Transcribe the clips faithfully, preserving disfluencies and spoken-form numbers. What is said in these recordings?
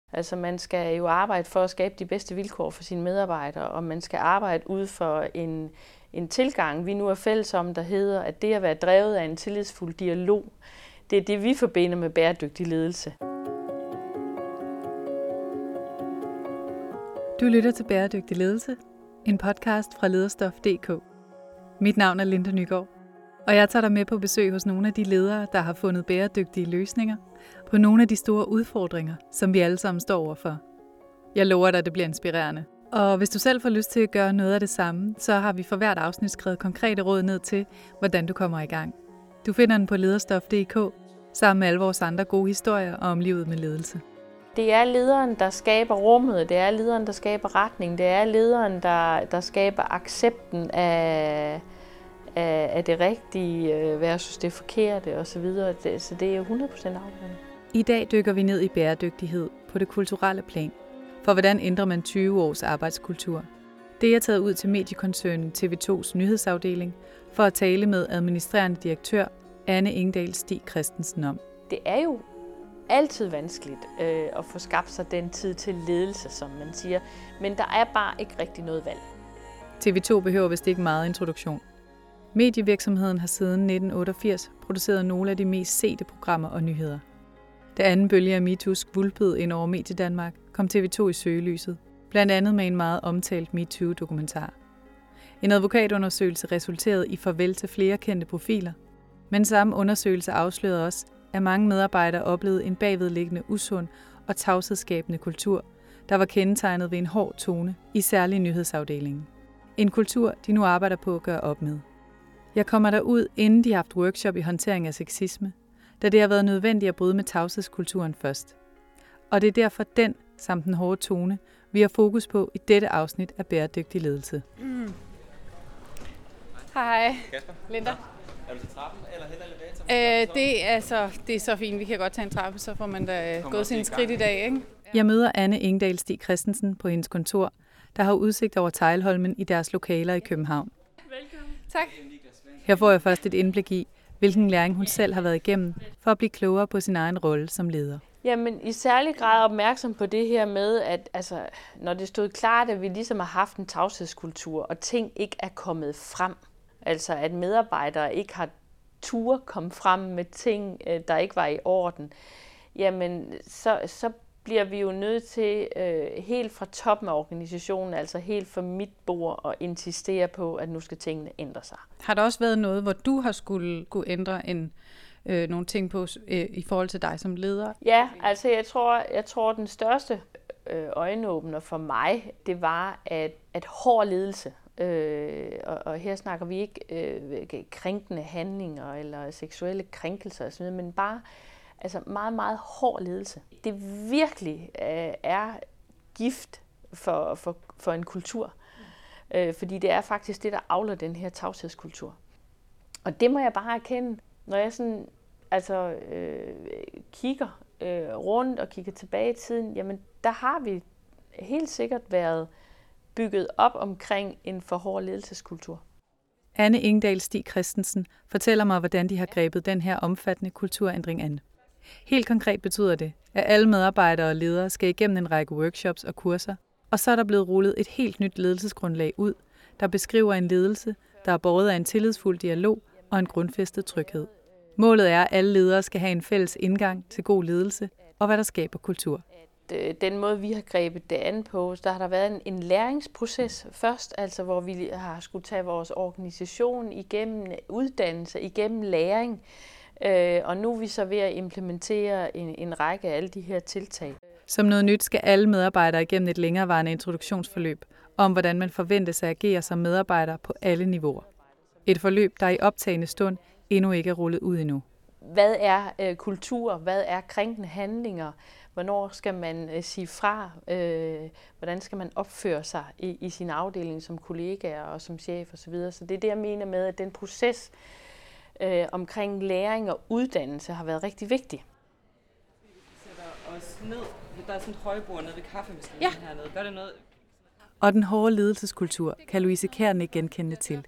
Altså man skal jo arbejde for at skabe de bedste vilkår for sine medarbejdere, og man skal arbejde ud for en, en tilgang, vi nu er fælles om, der hedder, at det at være drevet af en tillidsfuld dialog, det er det, vi forbinder med bæredygtig ledelse. Du lytter til Bæredygtig Ledelse, en podcast fra lederstof punktum d k. Mit navn er Linda Nygaard, og jeg tager dig med på besøg hos nogle af de ledere, der har fundet bæredygtige løsninger på nogle af de store udfordringer, som vi alle sammen står overfor. Jeg lover dig, at det bliver inspirerende. Og hvis du selv får lyst til at gøre noget af det samme, så har vi for hvert afsnit skrevet konkrete råd ned til, hvordan du kommer i gang. Du finder den på lederstof punktum d k, sammen med alle vores andre gode historier om livet med ledelse. Det er lederen, der skaber rummet, det er lederen, der skaber retning, det er lederen, der, der skaber accepten af, af, af det rigtige versus det forkerte osv. Det, så det er jo hundrede procent afgørende. I dag dykker vi ned i bæredygtighed på det kulturelle plan. For hvordan ændrer man tyve års arbejdskultur? Det er taget ud til mediekoncernen T V to's nyhedsafdeling for at tale med administrerende direktør Anne Engdahl Stig Christensen om. Det er jo altid vanskeligt øh, at få skabt sig den tid til ledelse, som man siger. Men der er bare ikke rigtig noget valg. T V to behøver vist ikke meget introduktion. Medievirksomheden har siden nitten otteogfirs produceret nogle af de mest sete programmer og nyheder. Da anden bølge af MeToo skvulpede ind over Mediedanmark, kom T V to i søgelyset, blandt andet med en meget omtalt MeToo-dokumentar. En advokatundersøgelse resulterede i farvel til flere kendte profiler, men samme undersøgelse afslørede også, at mange medarbejdere oplevede en bagvedliggende usund og tavshedsskabende kultur, der var kendetegnet ved en hård tone i særlig nyhedsafdelingen. En kultur, de nu arbejder på at gøre op med. Jeg kommer derud, inden de har haft workshop i håndtering af sexisme, da det har været nødvendigt at bryde med tavshedskulturen først. Og det er derfor den, samt den hårde tone, vi har fokus på i dette afsnit af Bæredygtig Ledelse. Mm. Hej, Kasper. Linda. Er du til trappen, eller hellere elevator? Øh, det, er så, det er så fint. Vi kan godt tage en trappe, så får man da gået sin skridt i dag, ikke? Jeg møder Anne Engdahl Stig Christensen på hendes kontor, der har udsigt over Teglholmen i deres lokaler i København. Velkommen. Tak. Her får jeg først et indblik i, hvilken læring hun selv har været igennem, for at blive klogere på sin egen rolle som leder. Jamen, i særlig grad opmærksom på det her med, at altså, når det stod klart, at vi ligesom har haft en tavshedskultur, og ting ikke er kommet frem, altså at medarbejdere ikke har tur komme frem med ting, der ikke var i orden, jamen så, så bliver vi jo nødt til øh, helt fra toppen af organisationen, altså helt fra mit bord, at insistere på, at nu skal tingene ændre sig. Har der også været noget, hvor du har skulle, skulle ændre en, øh, nogle ting på øh, i forhold til dig som leder? Ja, altså jeg tror, jeg tror den største øh, øjenåbner for mig, det var, at, at hård ledelse, Øh, og, og her snakker vi ikke øh, krænkende handlinger eller seksuelle krænkelser og sådan noget, men bare altså meget, meget hård ledelse. Det virkelig øh, er gift for, for, for en kultur, øh, fordi det er faktisk det, der avler den her tavshedskultur. Og det må jeg bare erkende, når jeg sådan altså øh, kigger øh, rundt og kigger tilbage i tiden, jamen der har vi helt sikkert været bygget op omkring en for hård ledelseskultur. Anne Engdahl Stig Christensen fortæller mig, hvordan de har grebet den her omfattende kulturændring an. Helt konkret betyder det, at alle medarbejdere og ledere skal igennem en række workshops og kurser, og så er der blevet rullet et helt nyt ledelsesgrundlag ud, der beskriver en ledelse, der er båret af en tillidsfuld dialog og en grundfæstet tryghed. Målet er, at alle ledere skal have en fælles indgang til god ledelse og hvad der skaber kultur. Den måde, vi har grebet det an på, der har der været en, en læringsproces først, altså hvor vi har skulle tage vores organisation igennem uddannelse, igennem læring, øh, og nu er vi så ved at implementere en, en række af alle de her tiltag. Som noget nyt skal alle medarbejdere igennem et længerevarende introduktionsforløb om, hvordan man forventes at agere som medarbejder på alle niveauer. Et forløb, der i optagende stund endnu ikke er rullet ud endnu. Hvad er øh, kultur? Hvad er krænkende handlinger? Hvornår skal man øh, sige fra? Øh, hvordan skal man opføre sig i, i sin afdeling som kollegaer og som chef osv.? Så, så det er det, jeg mener med, at den proces øh, omkring læring og uddannelse har været rigtig vigtig. Vi sætter os ned. Der er sådan et højbord nede ved kaffemaskinen Ja. hernede. Gør det noget? Og den hårde ledelseskultur kan Louise Kjærn ikke genkende til.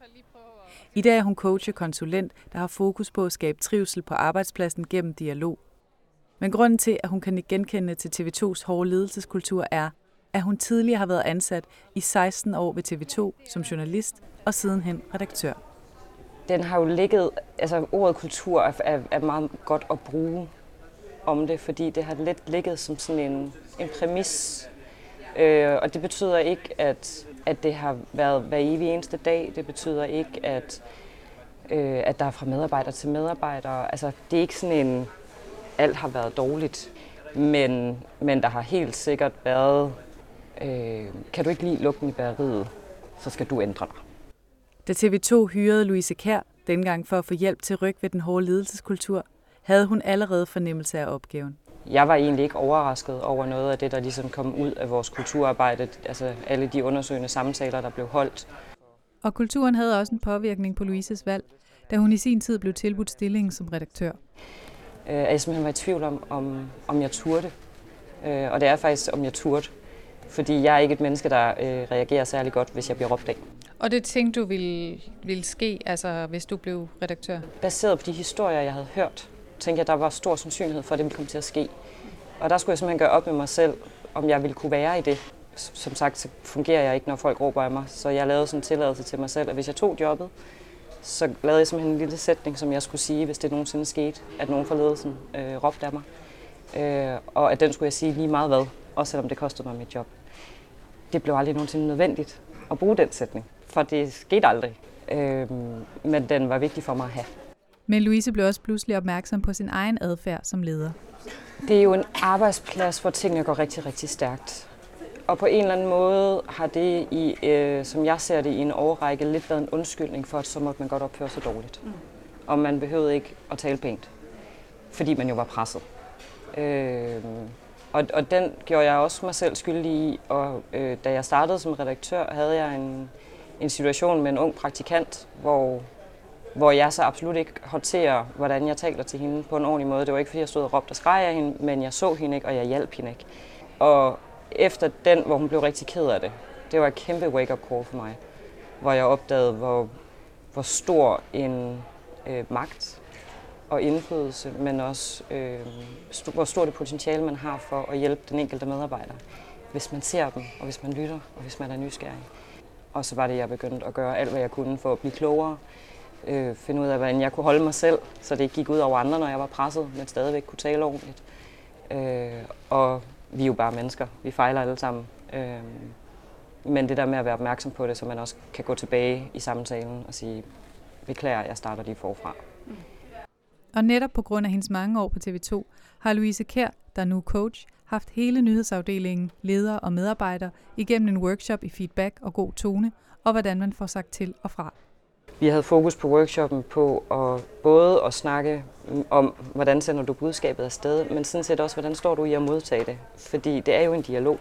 I dag er hun coach og konsulent, der har fokus på at skabe trivsel på arbejdspladsen gennem dialog. Men grunden til, at hun kan genkende til T V to's hårde ledelseskultur er, at hun tidligere har været ansat i seksten år ved T V to som journalist og sidenhen redaktør. Den har jo ligget, altså ordet kultur er, er meget godt at bruge om det, fordi det har lidt ligget som sådan en, en præmis. Øh, og det betyder ikke, at, at det har været hver evig eneste dag. Det betyder ikke, at, øh, at der er fra medarbejder til medarbejdere. Altså, det er ikke sådan en, alt har været dårligt, men, men der har helt sikkert været, øh, kan du ikke lide lugten i bageriet, så skal du ændre dig. Da T V to hyrede Louise Kjær, dengang for at få hjælp til ryg ved den hårde ledelseskultur, havde hun allerede fornemmelse af opgaven. Jeg var egentlig ikke overrasket over noget af det, der ligesom kom ud af vores kulturarbejde, altså alle de undersøgende samtaler, der blev holdt. Og kulturen havde også en påvirkning på Louises valg, da hun i sin tid blev tilbudt stillingen som redaktør. At jeg simpelthen var i tvivl om, om, om jeg turde. Og det er faktisk, om jeg turde. Fordi jeg er ikke et menneske, der øh, reagerer særlig godt, hvis jeg bliver råbt af. Og det tænkte du ville, ville ske, altså hvis du blev redaktør? Baseret på de historier, jeg havde hørt, tænkte jeg, at der var stor sandsynlighed for, at det ville komme til at ske. Og der skulle jeg simpelthen gøre op med mig selv, om jeg ville kunne være i det. Som sagt, så fungerer jeg ikke, når folk råber af mig. Så jeg lavede sådan en tilladelse til mig selv, at hvis jeg tog jobbet, så lavede jeg simpelthen en lille sætning, som jeg skulle sige, hvis det nogensinde skete, at nogen fra ledelsen øh, råbte af mig. Øh, og at den skulle jeg sige lige meget hvad, også selvom det kostede mig mit job. Det blev aldrig nogensinde nødvendigt at bruge den sætning, for det skete aldrig. Øh, men den var vigtig for mig at have. Men Louise blev også pludselig opmærksom på sin egen adfærd som leder. Det er jo en arbejdsplads, hvor tingene går rigtig, rigtig stærkt. Og på en eller anden måde har det, i, øh, som jeg ser det, i en årrække lidt været en undskyldning for, at så måtte man godt opføre sig dårligt. Mm. Og man behøvede ikke at tale pænt, fordi man jo var presset. Øh, og, og den gjorde jeg også mig selv skyldig i, og øh, da jeg startede som redaktør, havde jeg en, en situation med en ung praktikant, hvor, hvor jeg så absolut ikke håndterer, hvordan jeg taler til hende på en ordentlig måde. Det var ikke, fordi jeg stod og råbte og skreg af hende, men jeg så hende ikke, og jeg hjalp hende ikke. Og efter den, hvor hun blev rigtig ked af det, det var et kæmpe wake-up call for mig, hvor jeg opdagede, hvor, hvor stor en øh, magt og indflydelse, men også øh, st- hvor stort det potentiale man har for at hjælpe den enkelte medarbejder, hvis man ser dem, og hvis man lytter, og hvis man er nysgerrig. Og så var det, jeg begyndte at gøre alt, hvad jeg kunne for at blive klogere, øh, finde ud af, hvordan jeg kunne holde mig selv, så det ikke gik ud over andre, når jeg var presset, men stadigvæk kunne tale ordentligt. Øh, og vi er jo bare mennesker. Vi fejler alle sammen. Øhm, men det der med at være opmærksom på det, så man også kan gå tilbage i samtalen og sige, beklager, jeg starter lige forfra. Mm. Og netop på grund af hendes mange år på T V to, har Louise Kjær, der nu er coach, haft hele nyhedsafdelingen, ledere og medarbejdere igennem en workshop i feedback og god tone, og hvordan man får sagt til og fra. Vi havde fokus på workshoppen på at både at snakke om, hvordan sender du budskabet afsted, men sådan set også, hvordan står du i at modtage det. Fordi det er jo en dialog.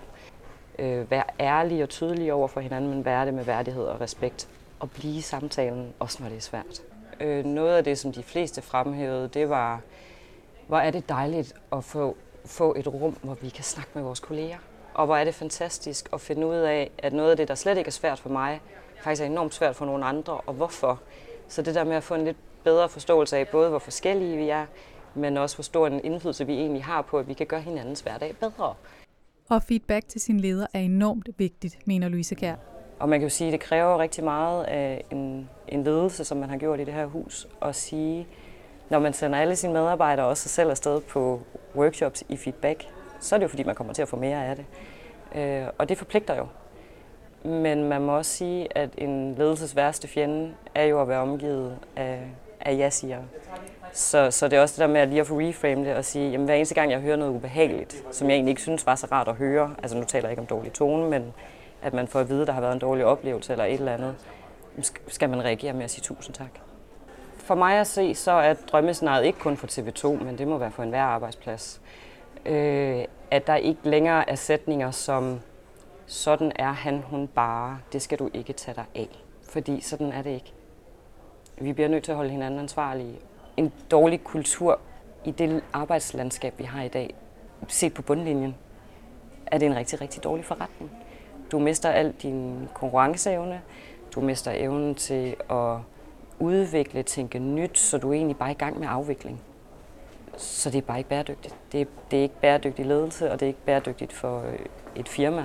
Øh, vær ærlig og tydelig over for hinanden, men være det med værdighed og respekt. Og blive i samtalen, også når det er svært. Øh, noget af det, som de fleste fremhævede, det var, hvor er det dejligt at få, få et rum, hvor vi kan snakke med vores kolleger. Og hvor er det fantastisk at finde ud af, at noget af det, der slet ikke er svært for mig, faktisk er enormt svært for nogle andre, og hvorfor. Så det der med at få en lidt bedre forståelse af både, hvor forskellige vi er, men også hvor stor en indflydelse vi egentlig har på, at vi kan gøre hinandens hverdag bedre. Og feedback til sin leder er enormt vigtigt, mener Louise Kjær. Og man kan jo sige, at det kræver rigtig meget af en, en ledelse, som man har gjort i det her hus, at sige, når man sender alle sine medarbejdere og også sig selv afsted på workshops i feedback, så er det jo fordi, man kommer til at få mere af det. Og det forpligter jo. Men man må også sige, at en ledelses værste fjende er jo at være omgivet af, af ja-sigere. Så, så det er også det der med at lige at få reframe det og sige, jamen hver eneste gang jeg hører noget ubehageligt, som jeg egentlig ikke synes var så rart at høre, altså nu taler jeg ikke om dårlig tone, men at man får at vide, at der har været en dårlig oplevelse eller et eller andet, skal man reagere med at sige tusind tak. For mig at se, så er drømmescenariet ikke kun for T V to, men det må være for enhver arbejdsplads. Øh, at der ikke længere er sætninger som sådan er han, hun bare, det skal du ikke tage dig af. Fordi sådan er det ikke. Vi bliver nødt til at holde hinanden ansvarlige. En dårlig kultur i det arbejdslandskab, vi har i dag, set på bundlinjen, er det en rigtig, rigtig dårlig forretning. Du mister al din konkurrenceevne, du mister evnen til at udvikle, tænke nyt, så du er egentlig bare i gang med afvikling. Så det er bare ikke bæredygtigt. Det er, det er ikke bæredygtig ledelse, og det er ikke bæredygtigt for et firma.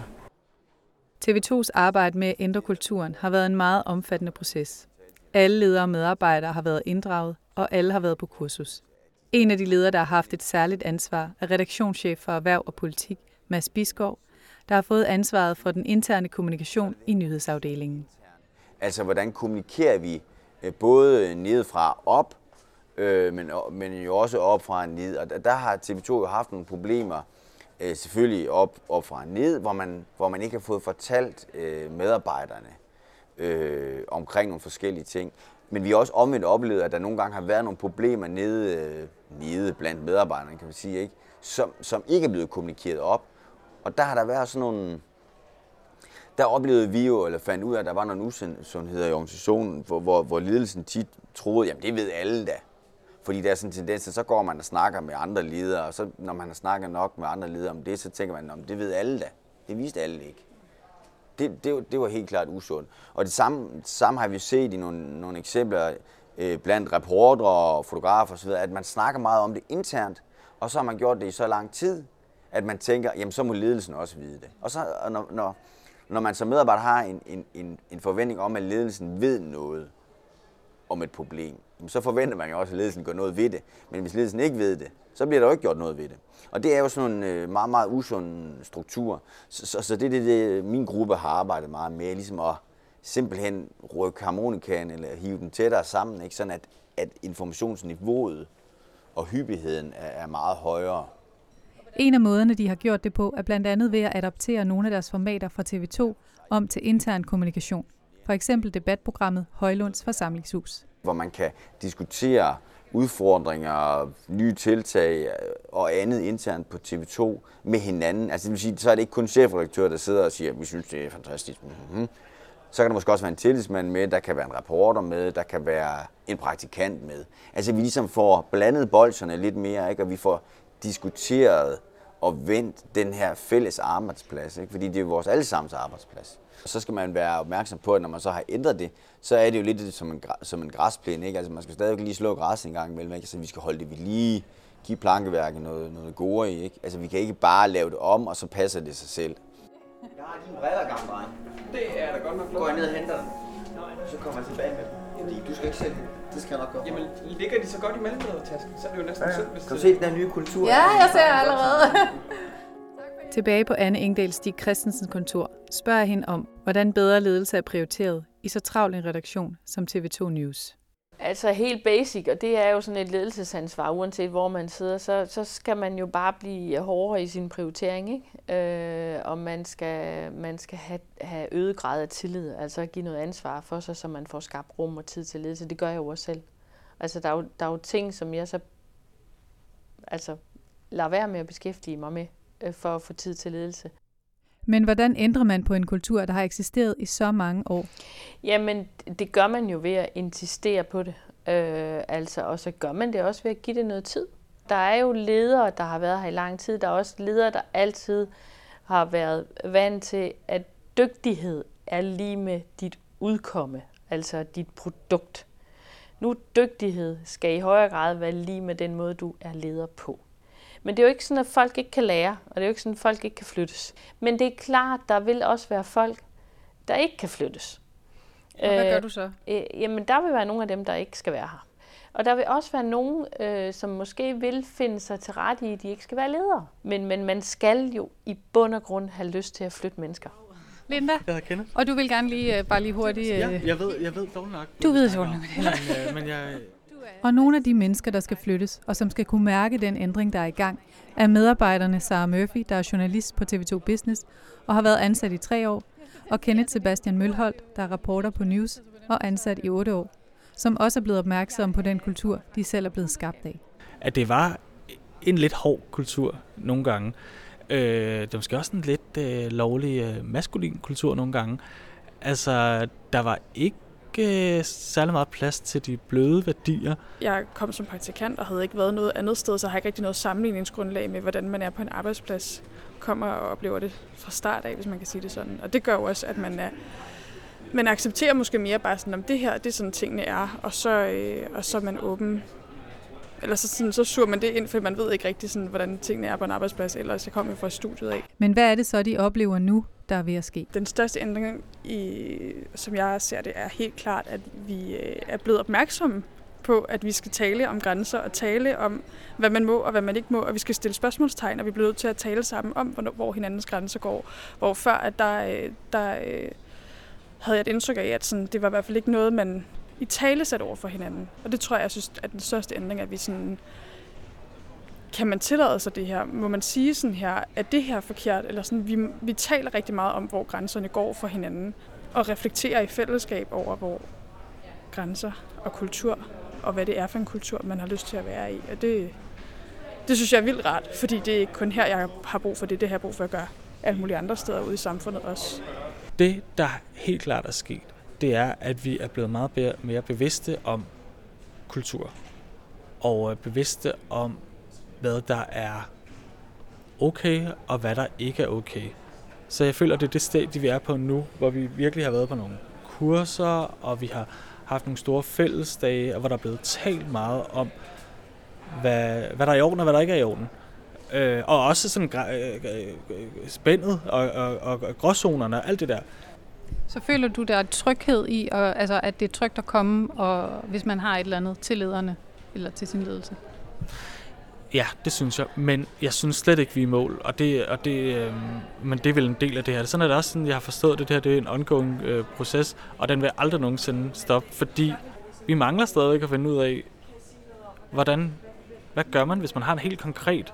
T V to's arbejde med at ændre kulturen har været en meget omfattende proces. Alle ledere og medarbejdere har været inddraget, og alle har været på kursus. En af de ledere, der har haft et særligt ansvar, er redaktionschef for Erhverv og Politik, Mads Bisgaard, der har fået ansvaret for den interne kommunikation i nyhedsafdelingen. Altså, hvordan kommunikerer vi både nedefra op, øh, men, men jo også op fra ned. Og der har T V to jo haft nogle problemer, øh, selvfølgelig op, op fra ned, hvor man, hvor man ikke har fået fortalt øh, medarbejderne øh, omkring nogle forskellige ting. Men vi har også omvendt oplevet, at der nogle gange har været nogle problemer nede, øh, nede blandt medarbejderne, kan man sige, ikke? Som, som ikke er blevet kommunikeret op. Og der har der været sådan nogle... Der oplevede vi jo, eller fandt ud af, at der var nogle usundheder i organisationen, hvor, hvor, hvor ledelsen tit troede, jamen det ved alle da. Fordi der er sådan en tendens, så går man og snakker med andre ledere, og så når man har snakket nok med andre ledere om det, så tænker man, det ved alle da. Det vidste alle ikke. Det, det, det var helt klart usundt. Og det samme, det samme har vi set i nogle, nogle eksempler øh, blandt reportere og fotografer osv., at man snakker meget om det internt, og så har man gjort det i så lang tid, at man tænker, jamen så må ledelsen også vide det. Og så når, når, når man som medarbejder har en, en, en, en forventning om, at ledelsen ved noget om et problem, så forventer man jo også, at ledelsen gør noget ved det. Men hvis ledelsen ikke ved det, så bliver der jo ikke gjort noget ved det. Og det er jo sådan en meget, meget usund struktur. Så, så, så det er det, det, min gruppe har arbejdet meget med, ligesom at simpelthen rykke harmonikaen eller hive den tættere sammen, ikke? Sådan at, at informationsniveauet og hyppigheden er, er meget højere. En af måderne, de har gjort det på, er blandt andet ved at adaptere nogle af deres formater fra T V to om til intern kommunikation. For eksempel debatprogrammet Højlunds Forsamlingshus. Hvor man kan diskutere udfordringer, nye tiltag og andet internt på T V to med hinanden. Altså det vil sige, så er det ikke kun chefredaktør, der sidder og siger, at vi synes, det er fantastisk. Mm-hmm. Så kan der måske også være en tillidsmand med, der kan være en reporter med, der kan være en praktikant med. Altså vi ligesom får blandet bolsjerne lidt mere, ikke? Og vi får diskuteret og vendt den her fælles arbejdsplads, ikke? Fordi det er vores allesammens arbejdsplads. Og så skal man være opmærksom på, at når man så har ændret det, så er det jo lidt som en, som en græsplæne, ikke? Altså man skal stadig lige slå græs en gang imellem, ikke? Så vi skal holde det ved lige, give plankeværket noget, noget gode i, ikke? Altså vi kan ikke bare lave det om, og så passer det sig selv. Jeg har dine briller, gamle dreng. Det er da godt nok. Går jeg ned og henter dem, så kommer jeg tilbage med dem. Fordi du skal ikke selv. Det skal jeg nok gøre. Jamen, ligger de så godt i mellemledertasken, så er det jo næsten synd, hvis Kan du se den der nye kultur? Ja, jeg ser allerede. Tilbage på Anne Engdahl Stig Christensens kontor spørger jeg hende om, hvordan bedre ledelse er prioriteret i så travl en redaktion som T V to News. Altså helt basic, og det er jo sådan et ledelsesansvar, uanset hvor man sidder, så, så skal man jo bare blive hårdere i sin prioritering, ikke? Øh, og man skal, man skal have, have øget grad af tillid, altså give noget ansvar for sig, så man får skabt rum og tid til ledelse. Det gør jeg jo også selv. Altså der er jo, der er jo ting, som jeg så altså, lader være med at beskæftige mig med, øh, for at få tid til ledelse. Men hvordan ændrer man på en kultur, der har eksisteret i så mange år? Jamen, det gør man jo ved at insistere på det. Øh, altså, og så gør man det også ved at give det noget tid. Der er jo ledere, der har været her i lang tid. Der er også ledere, der altid har været vant til, at dygtighed er lige med dit udkomme, altså dit produkt. Nu dygtighed skal i højere grad være lige med den måde, du er leder på. Men det er jo ikke sådan, at folk ikke kan lære, og det er jo ikke sådan, at folk ikke kan flyttes. Men det er klart, der vil også være folk, der ikke kan flyttes. Og hvad gør du så? Øh, jamen, der vil være nogle af dem, der ikke skal være her. Og der vil også være nogen, øh, som måske vil finde sig til rette i, at de ikke skal være ledere. Men, men man skal jo i bund og grund have lyst til at flytte mennesker. Linda, Jeg kender. og du vil gerne lige, uh, bare lige hurtigt... Uh... Ja, jeg ved, jeg ved dårligt nok. Du ved dårligt nok. Men, øh, men jeg... Og nogle af de mennesker, der skal flyttes, og som skal kunne mærke den ændring, der er i gang, er medarbejderne Sara Murphy, der er journalist på T V to Business og har været ansat i tre år, og Kenneth Sebastian Mølholdt, der er reporter på News og ansat i otte år, som også er blevet opmærksom på den kultur, de selv er blevet skabt af. At det var en lidt hård kultur nogle gange. Øh, det var måske også en lidt øh, lovlig øh, maskulin kultur nogle gange. Altså, der var ikke ikke særlig meget plads til de bløde værdier. Jeg kom som praktikant og havde ikke været noget andet sted, så har jeg ikke rigtig noget sammenligningsgrundlag med, hvordan man er på en arbejdsplads. Kommer og oplever det fra start af, hvis man kan sige det sådan. Og det gør jo også, at man, er, man accepterer måske mere bare sådan, om det her, det er sådan tingene er, og så, øh, og så er man åben Eller så, sådan, så suger man det ind, for man ved ikke rigtig, sådan, hvordan tingene er på en arbejdsplads, ellers jeg kommer jo fra studiet af. Men hvad er det så, de oplever nu, der er ved at ske? Den største ændring, i, som jeg ser det, er helt klart, at vi er blevet opmærksomme på, at vi skal tale om grænser og tale om, hvad man må og hvad man ikke må, og vi skal stille spørgsmålstegn, og vi bliver nødt til at tale sammen om, hvor hinandens grænser går. Hvor før, at der, der havde jeg et indtryk af, at sådan, det var i hvert fald ikke noget, man i tale sat over for hinanden. Og det tror jeg, jeg synes, at den største ændring er, at vi sådan, kan man tillade sig det her? Må man sige sådan her, at det her er forkert? Eller sådan, vi, vi taler rigtig meget om, hvor grænserne går for hinanden, og reflekterer i fællesskab over, hvor grænser og kultur, og hvad det er for en kultur, man har lyst til at være i. Og det, det synes jeg er vildt rart, fordi det er ikke kun her, jeg har brug for det, det har jeg brug for at gøre alle mulige andre steder ude i samfundet også. Det, der helt klart er sket, det er, at vi er blevet meget mere bevidste om kultur, og bevidste om, hvad der er okay, og hvad der ikke er okay. Så jeg føler, det er det sted, vi er på nu, hvor vi virkelig har været på nogle kurser, og vi har haft nogle store fællesdage, og hvor der er blevet talt meget om, hvad, hvad der er i orden, og hvad der ikke er i orden. Øh, og også sådan øh, spændet og, og, og, og gråzonerne og alt det der. Så føler du, der er tryghed i, og, altså, at det er trygt at komme, og, hvis man har et eller andet til lederne, eller til sin ledelse? Ja, det synes jeg, men jeg synes slet ikke, vi er i mål, og det, og det, øh, men det er vel en del af det her. Sådan er det også sådan, jeg har forstået det her, det er en ongoing øh, proces, og den vil aldrig nogensinde stoppe, fordi vi mangler stadigvæk at finde ud af, hvordan, hvad gør man, hvis man har en helt konkret,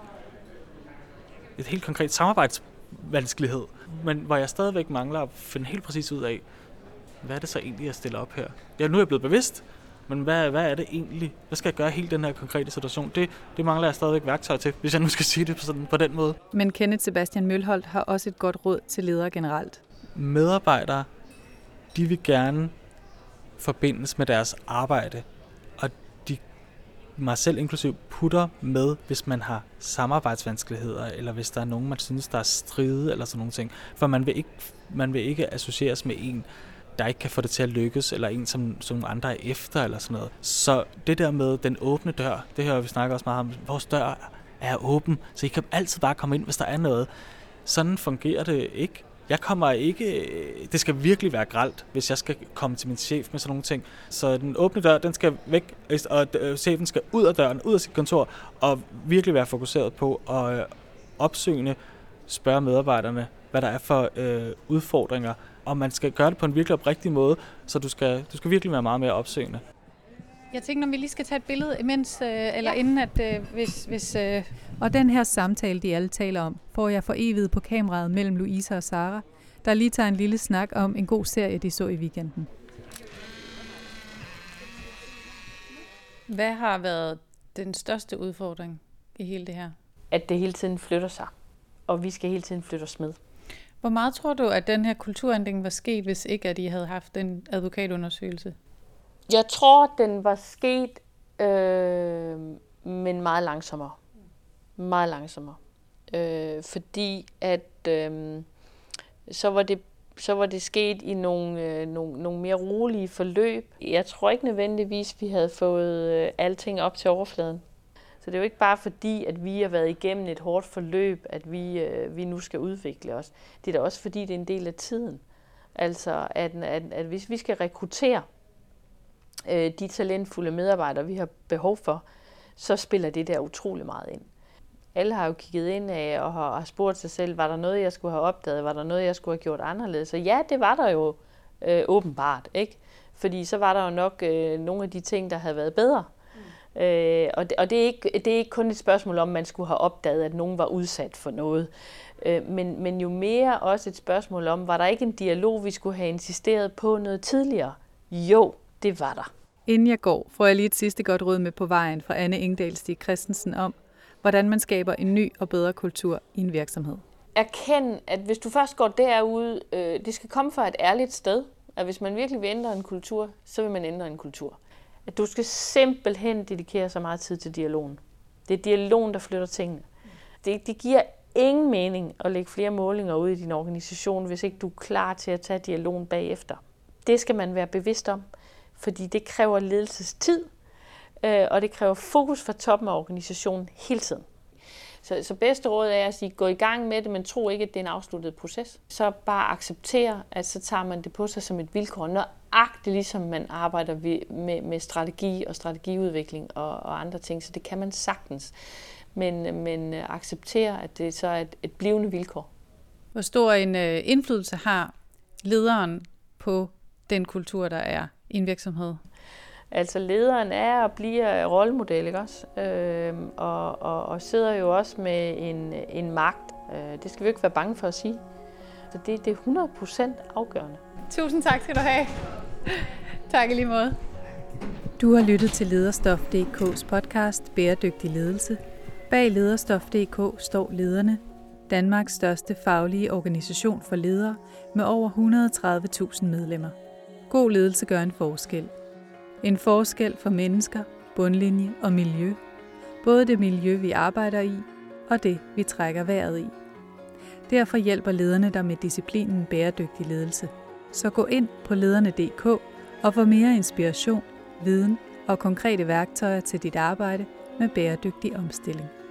et helt konkret samarbejdsvanskelighed, men hvor jeg stadigvæk mangler at finde helt præcis ud af, hvad er det så egentlig, jeg stiller op her? Ja, nu er jeg blevet bevidst, men hvad, hvad er det egentlig? Hvad skal jeg gøre i hele den her konkrete situation? Det, det mangler jeg stadigvæk værktøj til, hvis jeg nu skal sige det på, sådan, på den måde. Men Kenneth Sebastian Mølholt har også et godt råd til ledere generelt. Medarbejdere, de vil gerne forbindes med deres arbejde, og de, mig selv inklusiv, putter med, hvis man har samarbejdsvanskeligheder, eller hvis der er nogen, man synes, der er stride, eller sådan nogle ting. For man vil ikke, man vil ikke associeres med en, der ikke kan få det til at lykkes, eller en, som, som andre er efter, eller sådan noget. Så det der med den åbne dør, det her vi snakker også meget om, vores dør er åben, så I kan altid bare komme ind, hvis der er noget. Sådan fungerer det ikke. Jeg kommer ikke, det skal virkelig være grelt, hvis jeg skal komme til min chef med sådan nogle ting. Så den åbne dør, den skal væk, og chefen skal ud af døren, ud af sit kontor, og virkelig være fokuseret på at opsøgende spørge medarbejderne, hvad der er for øh, udfordringer, og man skal gøre det på en virkelig oprigtig måde, så du skal, du skal virkelig være meget mere opsøgende. Jeg tænker, om vi lige skal tage et billede imens, øh, eller ja. inden at, øh, hvis... hvis øh... Og den her samtale, de alle taler om, får jeg for evigt på kameraet mellem Louise og Sara, der lige tager en lille snak om en god serie, de så i weekenden. Hvad har været den største udfordring i hele det her? At det hele tiden flytter sig, og vi skal hele tiden flytte os med. Hvor meget tror du, at den her kulturændring var sket, hvis ikke at I havde haft en advokatundersøgelse? Jeg tror, den var sket, øh, men meget langsommere. Meget langsommere. Øh, fordi at øh, så, var det, så var det sket i nogle, øh, nogle, nogle mere rolige forløb. Jeg tror ikke nødvendigvis, vi havde fået øh, alting op til overfladen. Så det er jo ikke bare fordi, at vi har været igennem et hårdt forløb, at vi, øh, vi nu skal udvikle os. Det er da også fordi, det er en del af tiden. Altså, at, at, at hvis vi skal rekruttere øh, de talentfulde medarbejdere, vi har behov for, så spiller det der utrolig meget ind. Alle har jo kigget ind af og har, har spurgt sig selv, var der noget, jeg skulle have opdaget? Var der noget, jeg skulle have gjort anderledes? Så ja, det var der jo øh, åbenbart, ikke? Fordi så var der jo nok øh, nogle af de ting, der havde været bedre. Øh, og det, og det, er ikke, det er ikke kun et spørgsmål om, man skulle have opdaget, at nogen var udsat for noget. Øh, men, men jo mere også et spørgsmål om, var der ikke en dialog, vi skulle have insisteret på noget tidligere? Jo, det var der. Inden jeg går, får jeg lige et sidste godt råd med på vejen fra Anne Engdahl Stig Christensen om, hvordan man skaber en ny og bedre kultur i en virksomhed. Erkend, at hvis du først går derud, øh, det skal komme fra et ærligt sted, at hvis man virkelig vil ændre en kultur, så vil man ændre en kultur. At du skal simpelthen dedikere så meget tid til dialogen. Det er dialogen, der flytter tingene. Det, det giver ingen mening at lægge flere målinger ud i din organisation, hvis ikke du er klar til at tage dialogen bagefter. Det skal man være bevidst om, fordi det kræver ledelsestid. øh, og det kræver fokus fra toppen af organisationen hele tiden. Så, så bedste råd er at sige, gå i gang med det, men tro ikke, at det er en afsluttet proces. Så bare acceptere, at så tager man det på sig som et vilkår, nøjagtigt ligesom man arbejder med, med strategi og strategiudvikling og, og andre ting, så det kan man sagtens. Men, men acceptere, at det så er et, et blivende vilkår. Hvor stor en øh, indflydelse har lederen på den kultur, der er i en virksomhed? Altså lederen er og bliver rollemodel, ikke også? Øh, og, og, og sidder jo også med en, en magt. Øh, det skal vi ikke være bange for at sige. Så det, det er hundrede procent afgørende. Tusind tak skal du have. Tak i lige måde. Du har lyttet til Lederstof punktum d k's podcast Bæredygtig Ledelse. Bag Lederstof punktum d k står lederne, Danmarks største faglige organisation for ledere med over et hundrede og tredive tusind medlemmer. God ledelse gør en forskel. En forskel for mennesker, bundlinje og miljø. Både det miljø, vi arbejder i, og det, vi trækker vejret i. Derfor hjælper lederne dig med disciplinen bæredygtig ledelse. Så gå ind på lederne punktum d k og få mere inspiration, viden og konkrete værktøjer til dit arbejde med bæredygtig omstilling.